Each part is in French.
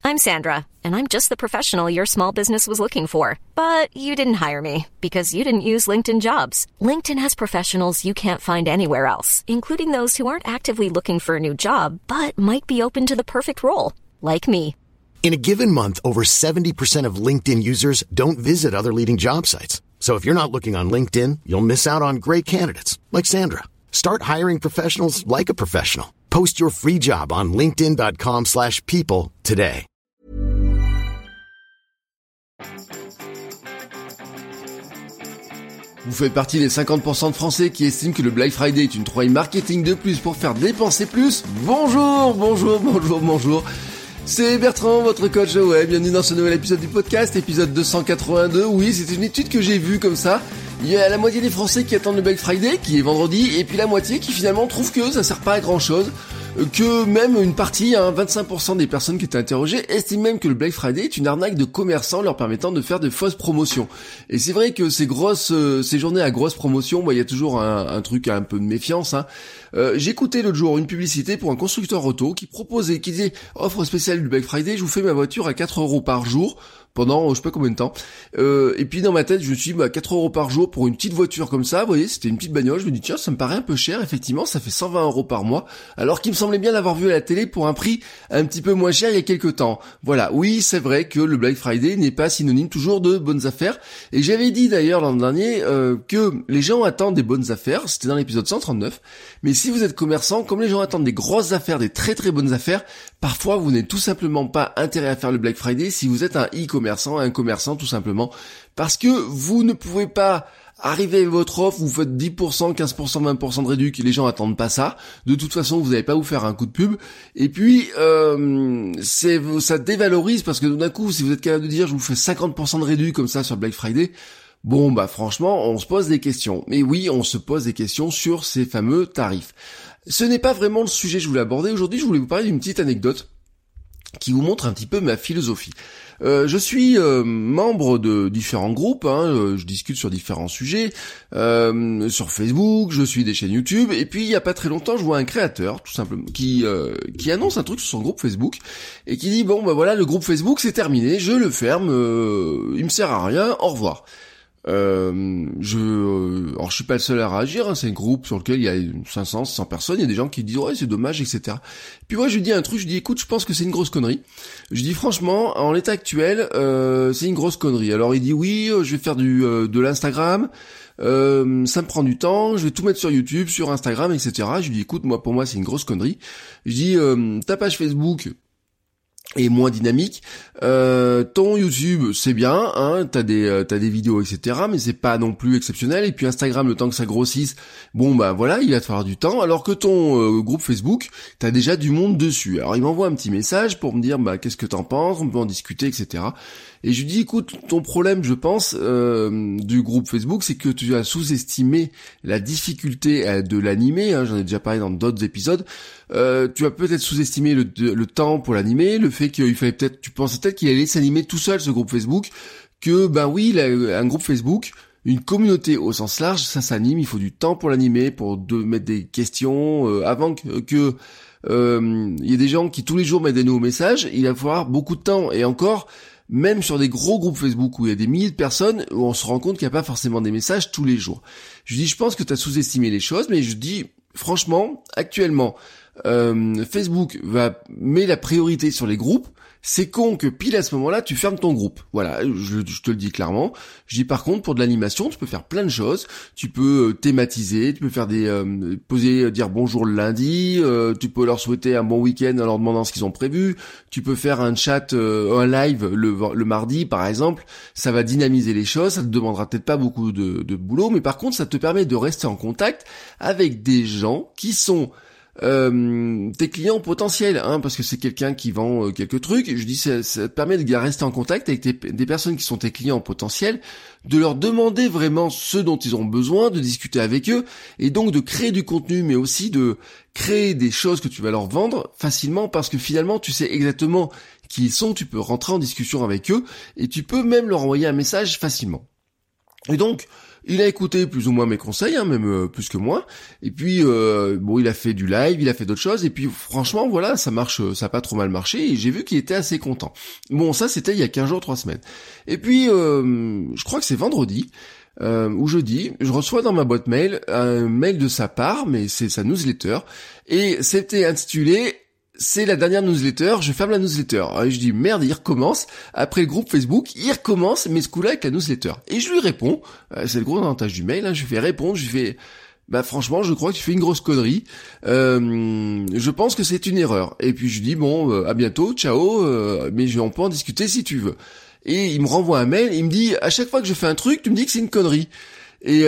I'm Sandra, and I'm just the professional your small business was looking for. But you didn't hire me because you didn't use LinkedIn Jobs. LinkedIn has professionals you can't find anywhere else, including those who aren't actively looking for a new job, but might be open to the perfect role, like me. In a given month, over 70% of LinkedIn users don't visit other leading job sites. So if you're not looking on LinkedIn, you'll miss out on great candidates, like Sandra. Start hiring professionals like a professional. Post your free job on linkedin.com/people today. Vous faites partie des 50% de Français qui estiment que le Black Friday est une trouvaille marketing de plus pour faire dépenser plus. Bonjour. C'est Bertrand, votre coach web. Bienvenue dans ce nouvel épisode du podcast, épisode 282. Oui, c'est une étude que j'ai vue comme ça. Il y a la moitié des Français qui attendent le Black Friday, qui est vendredi, et puis la moitié qui finalement trouve que ça sert pas à grand chose. Que même une partie, 25% des personnes qui étaient interrogées estiment même que le Black Friday est une arnaque de commerçants leur permettant de faire de fausses promotions. Et c'est vrai que ces journées à grosses promotions, il y a toujours un truc à un peu de méfiance. J'ai écouté l'autre jour une publicité pour un constructeur auto qui disait offre spéciale du Black Friday, je vous fais ma voiture à 4 € par jour. Pendant je sais pas combien de temps. Et puis dans ma tête, je me suis dit 4 € par jour pour une petite voiture comme ça, vous voyez, c'était une petite bagnole, je me dis tiens, ça me paraît un peu cher, effectivement, ça fait 120 € par mois, alors qu'il me semblait bien l'avoir vu à la télé pour un prix un petit peu moins cher il y a quelques temps. Voilà, oui, c'est vrai que le Black Friday n'est pas synonyme toujours de bonnes affaires, et j'avais dit d'ailleurs l'an dernier que les gens attendent des bonnes affaires, c'était dans l'épisode 139, mais si vous êtes commerçant, comme les gens attendent des grosses affaires, des très très bonnes affaires, parfois vous n'avez tout simplement pas intérêt à faire le Black Friday si vous êtes un un commerçant tout simplement, parce que vous ne pouvez pas arriver avec votre offre, vous faites 10%, 15%, 20% de réduc, les gens attendent pas ça. De toute façon, vous n'allez pas vous faire un coup de pub. Et puis, ça dévalorise parce que d'un coup, si vous êtes capable de dire je vous fais 50% de réduc comme ça sur Black Friday, franchement, on se pose des questions. Mais oui, on se pose des questions sur ces fameux tarifs. Ce n'est pas vraiment le sujet que je voulais aborder. Aujourd'hui, je voulais vous parler d'une petite anecdote qui vous montre un petit peu ma philosophie. Je suis membre de différents groupes, je discute sur différents sujets, sur Facebook, je suis des chaînes YouTube, et puis il y a pas très longtemps, je vois un créateur, tout simplement, qui annonce un truc sur son groupe Facebook, et qui dit voilà, le groupe Facebook c'est terminé, je le ferme, il me sert à rien, au revoir. Alors je suis pas le seul à réagir, c'est un groupe sur lequel il y a 500, 600 personnes, il y a des gens qui disent ouais c'est dommage, etc. Puis moi je lui dis un truc, je dis écoute, je pense que c'est une grosse connerie. Je dis franchement, en l'état actuel, c'est une grosse connerie. Alors il dit oui, je vais faire de l'Instagram, ça me prend du temps, je vais tout mettre sur YouTube, sur Instagram, etc. Je lui dis écoute, pour moi c'est une grosse connerie. Je dis ta page Facebook et moins dynamique, ton YouTube c'est bien, t'as des vidéos etc, mais c'est pas non plus exceptionnel, et puis Instagram le temps que ça grossisse, voilà, il va te falloir du temps, alors que ton groupe Facebook t'as déjà du monde dessus. Alors il m'envoie un petit message pour me dire qu'est-ce que t'en penses, on peut en discuter etc. Et je lui dis écoute, ton problème je pense du groupe Facebook, c'est que tu as sous-estimé la difficulté de l'animer, j'en ai déjà parlé dans d'autres épisodes. Tu as peut-être sous-estimé le temps pour l'animer, le fait qu'il fallait tu pensais peut-être qu'il allait s'animer tout seul ce groupe Facebook, que oui, un groupe Facebook, une communauté au sens large, ça s'anime, il faut du temps pour l'animer, pour mettre des questions, avant que il y ait des gens qui tous les jours mettent des nouveaux messages, il va falloir beaucoup de temps, et encore, même sur des gros groupes Facebook où il y a des milliers de personnes, où on se rend compte qu'il n'y a pas forcément des messages tous les jours. Je dis, je pense que tu as sous-estimé les choses, mais je dis, franchement, actuellement, Facebook met la priorité sur les groupes. C'est con que pile à ce moment-là, tu fermes ton groupe. Voilà, je te le dis clairement. Je dis par contre, pour de l'animation, tu peux faire plein de choses. Tu peux thématiser, tu peux faire dire bonjour le lundi, tu peux leur souhaiter un bon week-end en leur demandant ce qu'ils ont prévu. Tu peux faire un chat, un live le mardi par exemple. Ça va dynamiser les choses, ça te demandera peut-être pas beaucoup de boulot, mais par contre, ça te permet de rester en contact avec des gens qui sont tes clients potentiels, parce que c'est quelqu'un qui vend quelques trucs. Je dis ça te permet de rester en contact avec des personnes qui sont tes clients potentiels, de leur demander vraiment ce dont ils ont besoin, de discuter avec eux, et donc de créer du contenu, mais aussi de créer des choses que tu vas leur vendre facilement, parce que finalement tu sais exactement qui ils sont, tu peux rentrer en discussion avec eux, et tu peux même leur envoyer un message facilement. Et donc, il a écouté plus ou moins mes conseils, même plus que moi. Et puis, il a fait du live, il a fait d'autres choses. Et puis, franchement, voilà, ça marche, ça a pas trop mal marché. Et j'ai vu qu'il était assez content. Bon, ça, c'était il y a 15 jours, 3 semaines. Et puis, je crois que c'est vendredi ou jeudi, je reçois dans ma boîte mail un mail de sa part, mais c'est sa newsletter. Et c'était intitulé... C'est la dernière newsletter, je ferme la newsletter. Et je dis merde, il recommence. Après le groupe Facebook, il recommence, mais ce coup-là avec la newsletter. Et je lui réponds, c'est le gros avantage du mail, je lui fais répondre, je lui fais, franchement, je crois que tu fais une grosse connerie. Je pense que c'est une erreur. Et puis je lui dis bon, à bientôt, ciao, mais on peut en discuter si tu veux. Et il me renvoie un mail, il me dit à chaque fois que je fais un truc, tu me dis que c'est une connerie. Et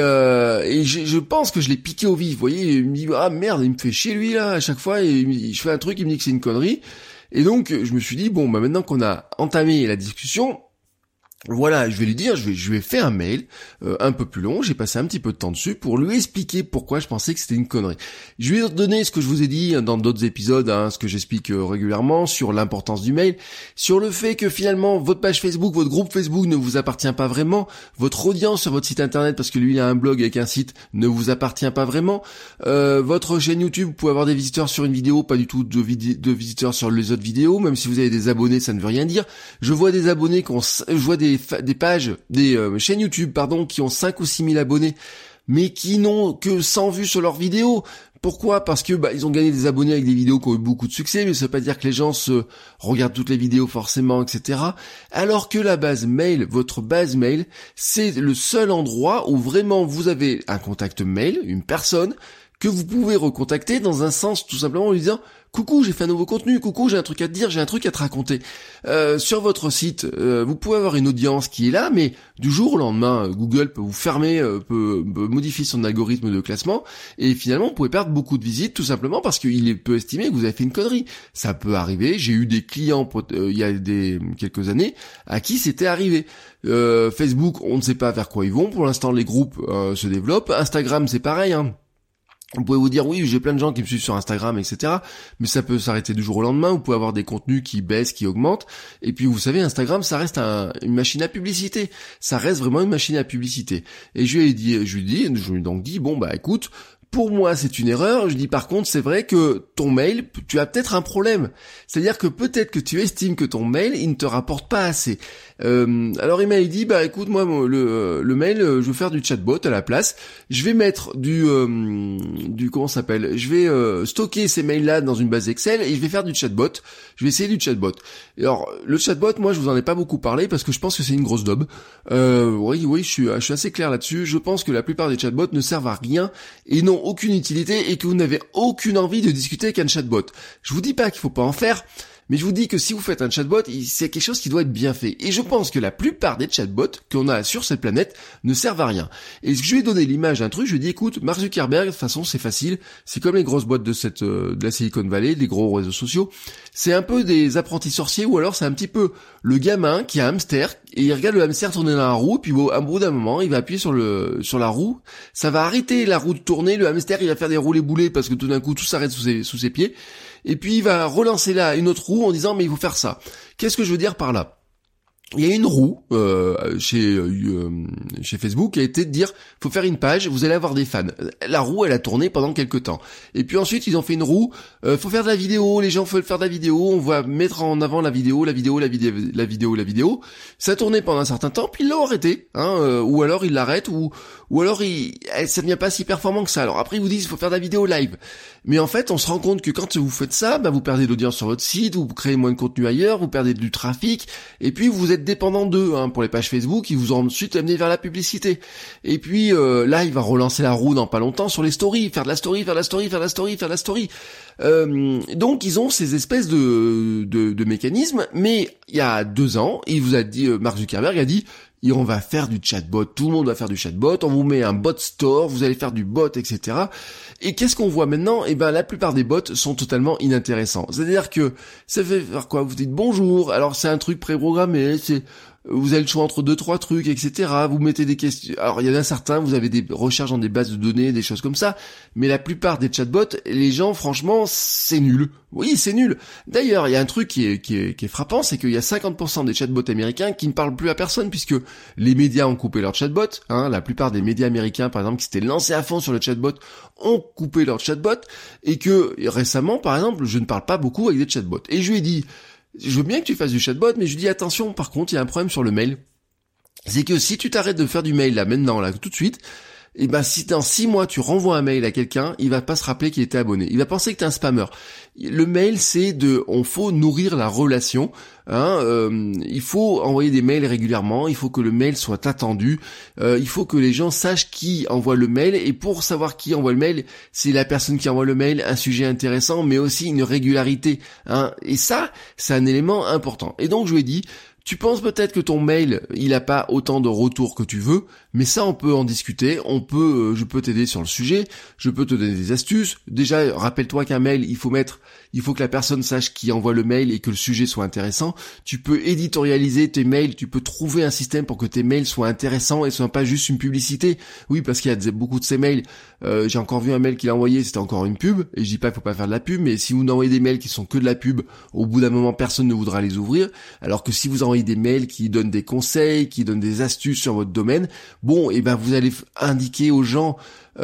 je pense que je l'ai piqué au vif, vous voyez, il me dit ah merde, il me fait chier lui là à chaque fois, et je fais un truc, il me dit que c'est une connerie. Et donc je me suis dit bon maintenant qu'on a entamé la discussion, voilà, je vais lui dire, je lui ai fait un mail un peu plus long, j'ai passé un petit peu de temps dessus pour lui expliquer pourquoi je pensais que c'était une connerie. Je lui ai donné ce que je vous ai dit dans d'autres épisodes, ce que j'explique régulièrement sur l'importance du mail, sur le fait que finalement votre page Facebook, votre groupe Facebook ne vous appartient pas vraiment, votre audience sur votre site internet, parce que lui il a un blog avec un site, ne vous appartient pas vraiment, votre chaîne YouTube, vous pouvez avoir des visiteurs sur une vidéo, pas du tout de visiteurs sur les autres vidéos, même si vous avez des abonnés, ça ne veut rien dire. Je vois des abonnés je vois des pages, des chaînes YouTube, qui ont 5 ou 6 000 abonnés, mais qui n'ont que 100 vues sur leurs vidéos. Pourquoi ? Parce que ils ont gagné des abonnés avec des vidéos qui ont eu beaucoup de succès, mais ça veut pas dire que les gens se regardent toutes les vidéos forcément, etc. Alors que la base mail, votre base mail, c'est le seul endroit où vraiment vous avez un contact mail, une personne, que vous pouvez recontacter dans un sens tout simplement en lui disant coucou, j'ai fait un nouveau contenu, coucou, j'ai un truc à te dire, j'ai un truc à te raconter. Sur votre site, vous pouvez avoir une audience qui est là, mais du jour au lendemain, Google peut vous fermer, peut modifier son algorithme de classement, et finalement, vous pouvez perdre beaucoup de visites, tout simplement parce qu'il peut estimer que vous avez fait une connerie. Ça peut arriver, j'ai eu des clients il y a quelques années à qui c'était arrivé. Facebook, on ne sait pas vers quoi ils vont, pour l'instant les groupes se développent, Instagram c'est pareil, Vous pouvez vous dire oui, j'ai plein de gens qui me suivent sur Instagram, etc. Mais ça peut s'arrêter du jour au lendemain. Vous pouvez avoir des contenus qui baissent, qui augmentent. Et puis vous savez, Instagram, ça reste une machine à publicité. Ça reste vraiment une machine à publicité. Et je lui ai donc dit bon écoute, pour moi, c'est une erreur. Je dis par contre, c'est vrai que ton mail, tu as peut-être un problème. C'est-à-dire que peut-être que tu estimes que ton mail, il ne te rapporte pas assez. Alors il m'a dit, écoute, moi le mail, je veux faire du chatbot à la place. Je vais mettre du comment ça s'appelle ? Je vais stocker ces mails-là dans une base Excel et je vais faire du chatbot. Je vais essayer du chatbot. Et alors le chatbot, moi, je vous en ai pas beaucoup parlé parce que je pense que c'est une grosse daube. Oui, je suis assez clair là-dessus. Je pense que la plupart des chatbots ne servent à rien et n'ont aucune utilité et que vous n'avez aucune envie de discuter avec un chatbot. Je vous dis pas qu'il faut pas en faire, mais je vous dis que si vous faites un chatbot, c'est quelque chose qui doit être bien fait. Et je pense que la plupart des chatbots qu'on a sur cette planète ne servent à rien. Et je lui ai donné l'image d'un truc, je lui ai dit écoute, Mark Zuckerberg, de toute façon c'est facile, c'est comme les grosses boîtes de la Silicon Valley, les gros réseaux sociaux, c'est un peu des apprentis sorciers, ou alors c'est un petit peu le gamin qui a un hamster, et il regarde le hamster tourner dans la roue, puis au bout d'un moment, il va appuyer sur la roue, ça va arrêter la roue de tourner, le hamster il va faire des roulés-boulés parce que tout d'un coup tout s'arrête sous ses pieds, et puis il va relancer là une autre roue en disant mais il faut faire ça. Qu'est-ce que je veux dire par là ? Il y a une roue chez Facebook qui a été de dire faut faire une page, vous allez avoir des fans. La roue elle a tourné pendant quelques temps. Et puis ensuite ils ont fait une roue, faut faire de la vidéo, les gens veulent faire de la vidéo, on va mettre en avant la vidéo. Ça tournait pendant un certain temps, puis ils l'ont arrêté, ou alors ils l'arrêtent, ou alors ça devient pas si performant que ça. Alors après ils vous disent il faut faire de la vidéo live. Mais en fait on se rend compte que quand vous faites ça, vous perdez de l'audience sur votre site, vous créez moins de contenu ailleurs, vous perdez du trafic, et puis vous êtes dépendant d'eux pour les pages Facebook, ils vous ont ensuite amené vers la publicité. Et puis là, il va relancer la roue dans pas longtemps sur les stories, faire de la story. Donc ils ont ces espèces de mécanismes, mais il y a 2 ans, il vous a dit, Mark Zuckerberg a dit, on va faire du chatbot, tout le monde va faire du chatbot, on vous met un bot store, vous allez faire du bot, etc. Et qu'est-ce qu'on voit maintenant ? La plupart des bots sont totalement inintéressants. C'est-à-dire que ça fait faire quoi ? Vous dites bonjour, alors c'est un truc préprogrammé, vous avez le choix entre 2-3 trucs, etc. Vous mettez des questions. Alors il y en a certains, vous avez des recherches dans des bases de données, des choses comme ça, mais la plupart des chatbots, les gens, franchement, c'est nul. Oui, c'est nul. D'ailleurs, il y a un truc qui est frappant, c'est qu'il y a 50% des chatbots américains qui ne parlent plus à personne, puisque les médias ont coupé leur chatbot. La plupart des médias américains, par exemple, qui s'étaient lancés à fond sur le chatbot, ont coupé leur chatbot, et que récemment, par exemple, je ne parle pas beaucoup avec des chatbots. Et je lui ai dit, je veux bien que tu fasses du chatbot, mais je lui dis attention, par contre, il y a un problème sur le mail. C'est que si tu t'arrêtes de faire du mail là, maintenant, là, tout de suite, et ben si dans 6 mois tu renvoies un mail à quelqu'un, il va pas se rappeler qu'il était abonné. Il va penser que t'es un spammer. Le mail, on faut nourrir la relation. Il faut envoyer des mails régulièrement. Il faut que le mail soit attendu. Il faut que les gens sachent qui envoie le mail. Et pour savoir qui envoie le mail, c'est la personne qui envoie le mail, un sujet intéressant, mais aussi une régularité. Et ça, c'est un élément important. Et donc je lui ai dit, tu penses peut-être que ton mail, il a pas autant de retours que tu veux, mais ça on peut en discuter, je peux t'aider sur le sujet, je peux te donner des astuces. Déjà, rappelle-toi qu'un mail, il faut que la personne sache qui envoie le mail et que le sujet soit intéressant. Tu peux éditorialiser tes mails, tu peux trouver un système pour que tes mails soient intéressants et soient pas juste une publicité. Oui, parce qu'il y a beaucoup de ces mails, j'ai encore vu un mail qu'il a envoyé, c'était encore une pub, et je dis pas qu'il faut pas faire de la pub, mais si vous envoyez des mails qui sont que de la pub, au bout d'un moment, personne ne voudra les ouvrir, alors que si vous envoyez des mails qui donnent des conseils, qui donnent des astuces sur votre domaine, vous allez indiquer aux gens,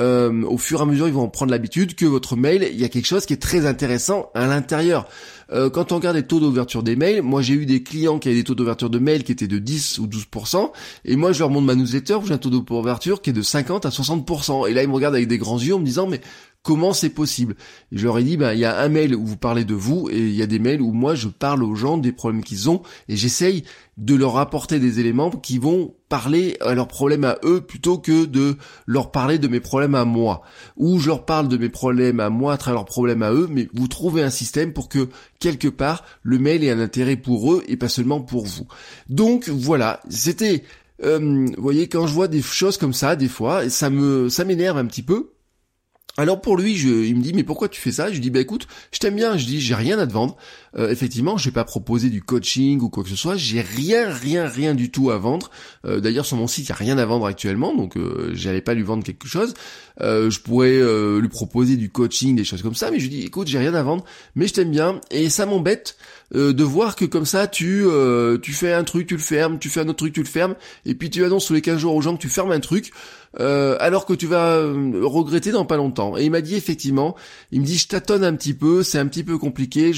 au fur et à mesure, ils vont en prendre l'habitude que votre mail, il y a quelque chose qui est très intéressant à l'intérieur. Quand on regarde les taux d'ouverture des mails, moi j'ai eu des clients qui avaient des taux d'ouverture de mails qui étaient de 10 ou 12%, et moi je leur montre ma newsletter où j'ai un taux d'ouverture qui est de 50 à 60%. Et là ils me regardent avec des grands yeux en me disant mais comment c'est possible? Et je leur ai dit, il y a un mail où vous parlez de vous, et il y a des mails où moi je parle aux gens des problèmes qu'ils ont, et j'essaye de leur apporter des éléments qui vont parler à leurs problèmes à eux, plutôt que de leur parler de mes problèmes à moi. Ou je leur parle de mes problèmes à moi à travers leurs problèmes à eux, mais vous trouvez un système pour que, quelque part, le mail ait un intérêt pour eux, et pas seulement pour vous. Donc, voilà, c'était... vous voyez, quand je vois des choses comme ça, des fois, ça m'énerve un petit peu. Alors pour lui, il me dit mais pourquoi tu fais ça? Je lui dis écoute, je t'aime bien, je dis j'ai rien à te vendre. Effectivement, je vais pas proposer du coaching ou quoi que ce soit, j'ai rien du tout à vendre. D'ailleurs sur mon site, il y a rien à vendre actuellement, donc j'allais pas lui vendre quelque chose. Je pourrais lui proposer du coaching, des choses comme ça, mais je lui dis écoute, j'ai rien à vendre, mais je t'aime bien et ça m'embête de voir que comme ça tu fais un truc, tu le fermes, tu fais un autre truc, tu le fermes, et puis tu annonces tous les 15 jours aux gens que tu fermes un truc. Alors que tu vas regretter dans pas longtemps. Et il m'a dit effectivement, il me dit je tâtonne un petit peu, c'est un petit peu compliqué.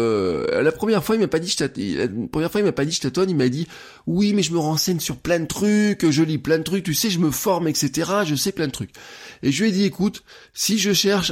La première fois il m'a pas dit je tâtonne, il m'a dit oui mais je me renseigne sur plein de trucs, je lis plein de trucs, tu sais je me forme etc. Je sais plein de trucs. Et je lui ai dit écoute, si je cherche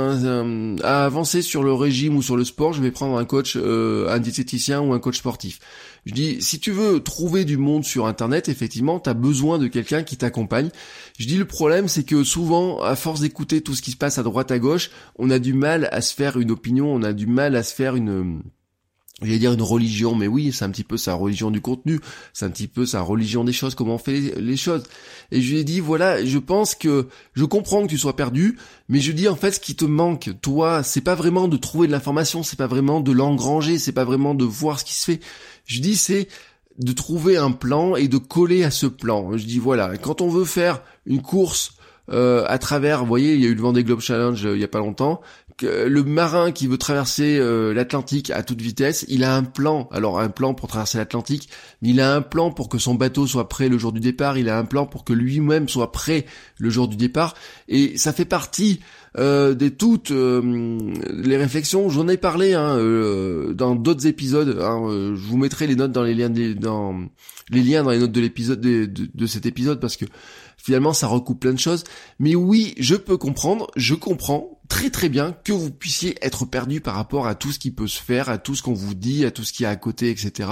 à avancer sur le régime ou sur le sport, je vais prendre un coach, un diététicien ou un coach sportif. Je dis, si tu veux trouver du monde sur Internet, effectivement, t'as besoin de quelqu'un qui t'accompagne. Je dis, le problème, c'est que souvent, à force d'écouter tout ce qui se passe à droite, à gauche, on a du mal à se faire une opinion, on a du mal à se faire une religion, mais oui, c'est un petit peu sa religion du contenu, c'est un petit peu sa religion des choses, comment on fait les choses. Et je lui ai dit, voilà, je pense que, je comprends que tu sois perdu, mais je dis en fait, ce qui te manque, toi, c'est pas vraiment de trouver de l'information, c'est pas vraiment de l'engranger, c'est pas vraiment de voir ce qui se fait. Je dis, c'est de trouver un plan et de coller à ce plan. Je dis, voilà, quand on veut faire une course à travers, vous voyez, il y a eu le Vendée Globe Challenge il y a pas longtemps, le marin qui veut traverser l'Atlantique à toute vitesse, il a un plan. Alors un plan pour traverser l'Atlantique, mais il a un plan pour que son bateau soit prêt le jour du départ, il a un plan pour que lui-même soit prêt le jour du départ, et ça fait partie de toutes les réflexions. J'en ai parlé dans d'autres épisodes, je vous mettrai les notes dans les liens dans les notes de l'épisode de cet épisode, parce que finalement ça recoupe plein de choses. Mais oui, je comprends très très bien que vous puissiez être perdu par rapport à tout ce qui peut se faire, à tout ce qu'on vous dit, à tout ce qu'il y a à côté, etc.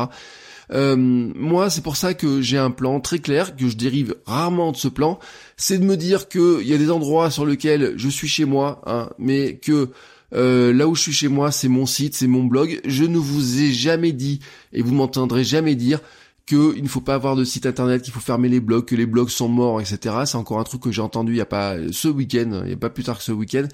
Moi, c'est pour ça que j'ai un plan très clair, que je dérive rarement de ce plan. C'est de me dire que il y a des endroits sur lesquels je suis chez moi, mais que là où je suis chez moi, c'est mon site, c'est mon blog. Je ne vous ai jamais dit, et vous m'entendrez jamais dire, qu'il ne faut pas avoir de site internet, qu'il faut fermer les blogs, que les blogs sont morts, etc. C'est encore un truc que j'ai entendu il y a pas plus tard que ce week-end.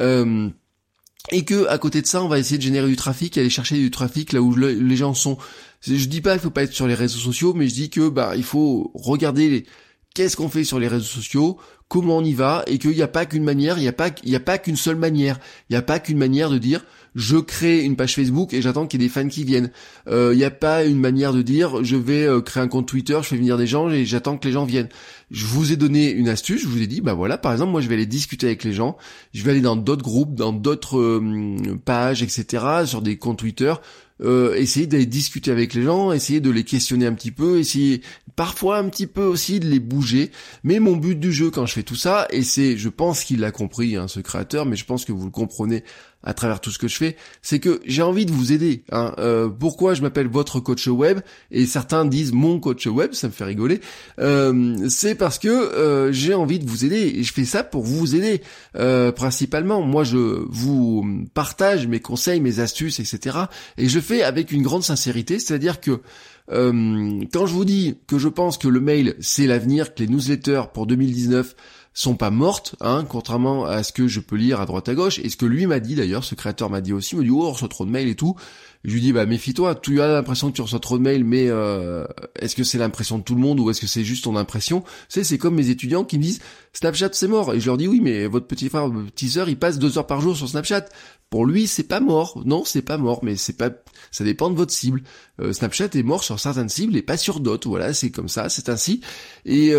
Et que à côté de ça, on va essayer de générer du trafic, aller chercher du trafic là où les gens sont. Je dis pas qu'il faut pas être sur les réseaux sociaux, mais je dis que il faut regarder qu'est-ce qu'on fait sur les réseaux sociaux, comment on y va, et qu'il n'y a pas qu'une manière, il n'y a pas qu'une seule manière. Il n'y a pas qu'une manière de dire je crée une page Facebook et j'attends qu'il y ait des fans qui viennent. Il n'y a pas une manière de dire je vais créer un compte Twitter, je fais venir des gens et j'attends que les gens viennent. Je vous ai donné une astuce, je vous ai dit voilà, par exemple, moi je vais aller discuter avec les gens, je vais aller dans d'autres groupes, dans d'autres pages, etc., sur des comptes Twitter, essayer d'aller discuter avec les gens, essayer de les questionner un petit peu, essayer parfois un petit peu aussi de les bouger. Mais mon but du jeu quand je fais tout ça, et je pense qu'il l'a compris, ce créateur, mais je pense que vous le comprenez à travers tout ce que je fais, c'est que j'ai envie de vous aider. Pourquoi je m'appelle votre coach web, et certains disent mon coach web, ça me fait rigoler, c'est parce que j'ai envie de vous aider, et je fais ça pour vous aider, principalement. Moi je vous partage mes conseils, mes astuces, etc. Et je fais avec une grande sincérité, c'est-à-dire que quand je vous dis que je pense que le mail c'est l'avenir, que les newsletters pour 2019 sont pas mortes, contrairement à ce que je peux lire à droite à gauche, et ce que lui m'a dit d'ailleurs, ce créateur m'a dit aussi, il me dit on reçoit trop de mails et tout. Et je lui dis méfie-toi, tu as l'impression que tu reçois trop de mails, mais est-ce que c'est l'impression de tout le monde ou est-ce que c'est juste ton impression? C'est comme mes étudiants qui me disent Snapchat c'est mort, et je leur dis oui mais votre petit frère, votre petite sœur, il passe 2 heures par jour sur Snapchat. Pour lui c'est pas mort, non c'est pas mort, mais ça dépend de votre cible. Snapchat est mort sur certaines cibles et pas sur d'autres, voilà, c'est comme ça, c'est ainsi. Et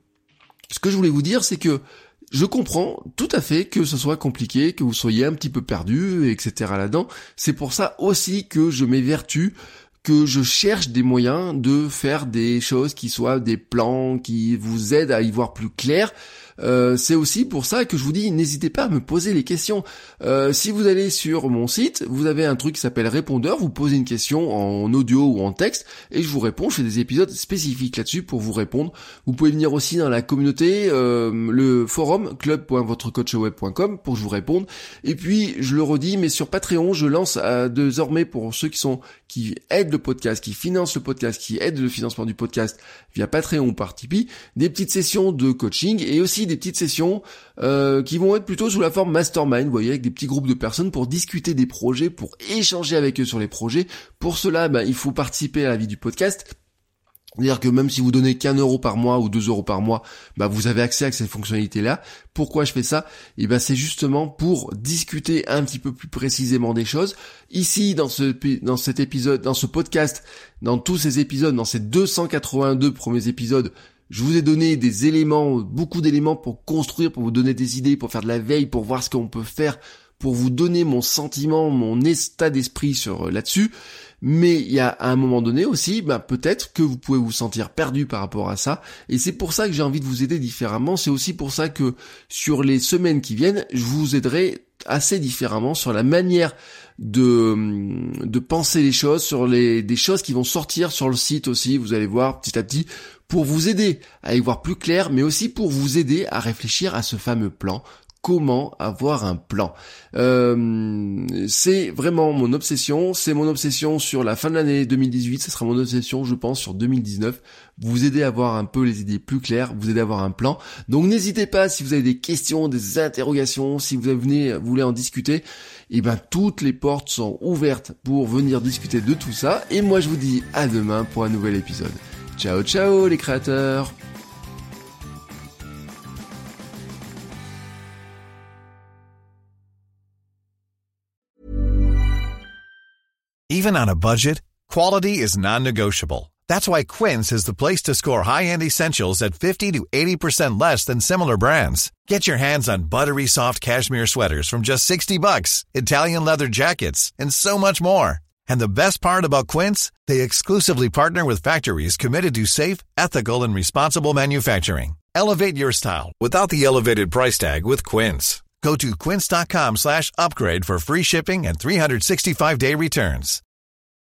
ce que je voulais vous dire, c'est que je comprends tout à fait que ce soit compliqué, que vous soyez un petit peu perdu, etc. là-dedans. C'est pour ça aussi que je m'évertue, que je cherche des moyens de faire des choses qui soient des plans, qui vous aident à y voir plus clair. C'est aussi pour ça que je vous dis, n'hésitez pas à me poser les questions. Si vous allez sur mon site, vous avez un truc qui s'appelle répondeur, vous posez une question en audio ou en texte, et je vous réponds, je fais des épisodes spécifiques là-dessus pour vous répondre. Vous pouvez venir aussi dans la communauté, le forum club.votrecoachweb.com pour que je vous réponde. Et puis, je le redis, mais sur Patreon, je lance désormais pour ceux qui aident le podcast, qui financent le podcast, qui aident le financement du podcast via Patreon ou par Tipeee, des petites sessions de coaching et aussi des petites sessions qui vont être plutôt sous la forme mastermind, vous voyez, avec des petits groupes de personnes pour discuter des projets, pour échanger avec eux sur les projets. Pour cela, il faut participer à la vie du podcast. C'est-à-dire que même si vous donnez qu'1 euro par mois ou 2 euros par mois, vous avez accès à ces fonctionnalités-là. Pourquoi je fais ça? C'est justement pour discuter un petit peu plus précisément des choses. Ici, dans cet épisode, dans ce podcast, dans tous ces épisodes, dans ces 282 premiers épisodes, je vous ai donné des éléments, beaucoup d'éléments pour construire, pour vous donner des idées, pour faire de la veille, pour voir ce qu'on peut faire, pour vous donner mon sentiment, mon état d'esprit là-dessus. Mais il y a à un moment donné aussi, peut-être que vous pouvez vous sentir perdu par rapport à ça. Et c'est pour ça que j'ai envie de vous aider différemment. C'est aussi pour ça que sur les semaines qui viennent, je vous aiderai assez différemment sur la manière de penser les choses, sur des choses qui vont sortir sur le site aussi. Vous allez voir petit à petit, pour vous aider à y voir plus clair, mais aussi pour vous aider à réfléchir à ce fameux plan. Comment avoir un plan? C'est vraiment mon obsession. C'est mon obsession sur la fin de l'année 2018. Ce sera mon obsession, je pense, sur 2019. Vous aider à avoir un peu les idées plus claires, vous aider à avoir un plan. Donc n'hésitez pas, si vous avez des questions, des interrogations, si vous voulez en discuter, toutes les portes sont ouvertes pour venir discuter de tout ça. Et moi, je vous dis à demain pour un nouvel épisode. Ciao, ciao les créateurs! Even on a budget, quality is non-negotiable. That's why Quince is the place to score high-end essentials at 50 to 80% less than similar brands. Get your hands on buttery soft cashmere sweaters from just $60, Italian leather jackets, and so much more. And the best part about Quince, they exclusively partner with factories committed to safe, ethical, and responsible manufacturing. Elevate your style without the elevated price tag with Quince. Go to quince.com/upgrade for free shipping and 365-day returns.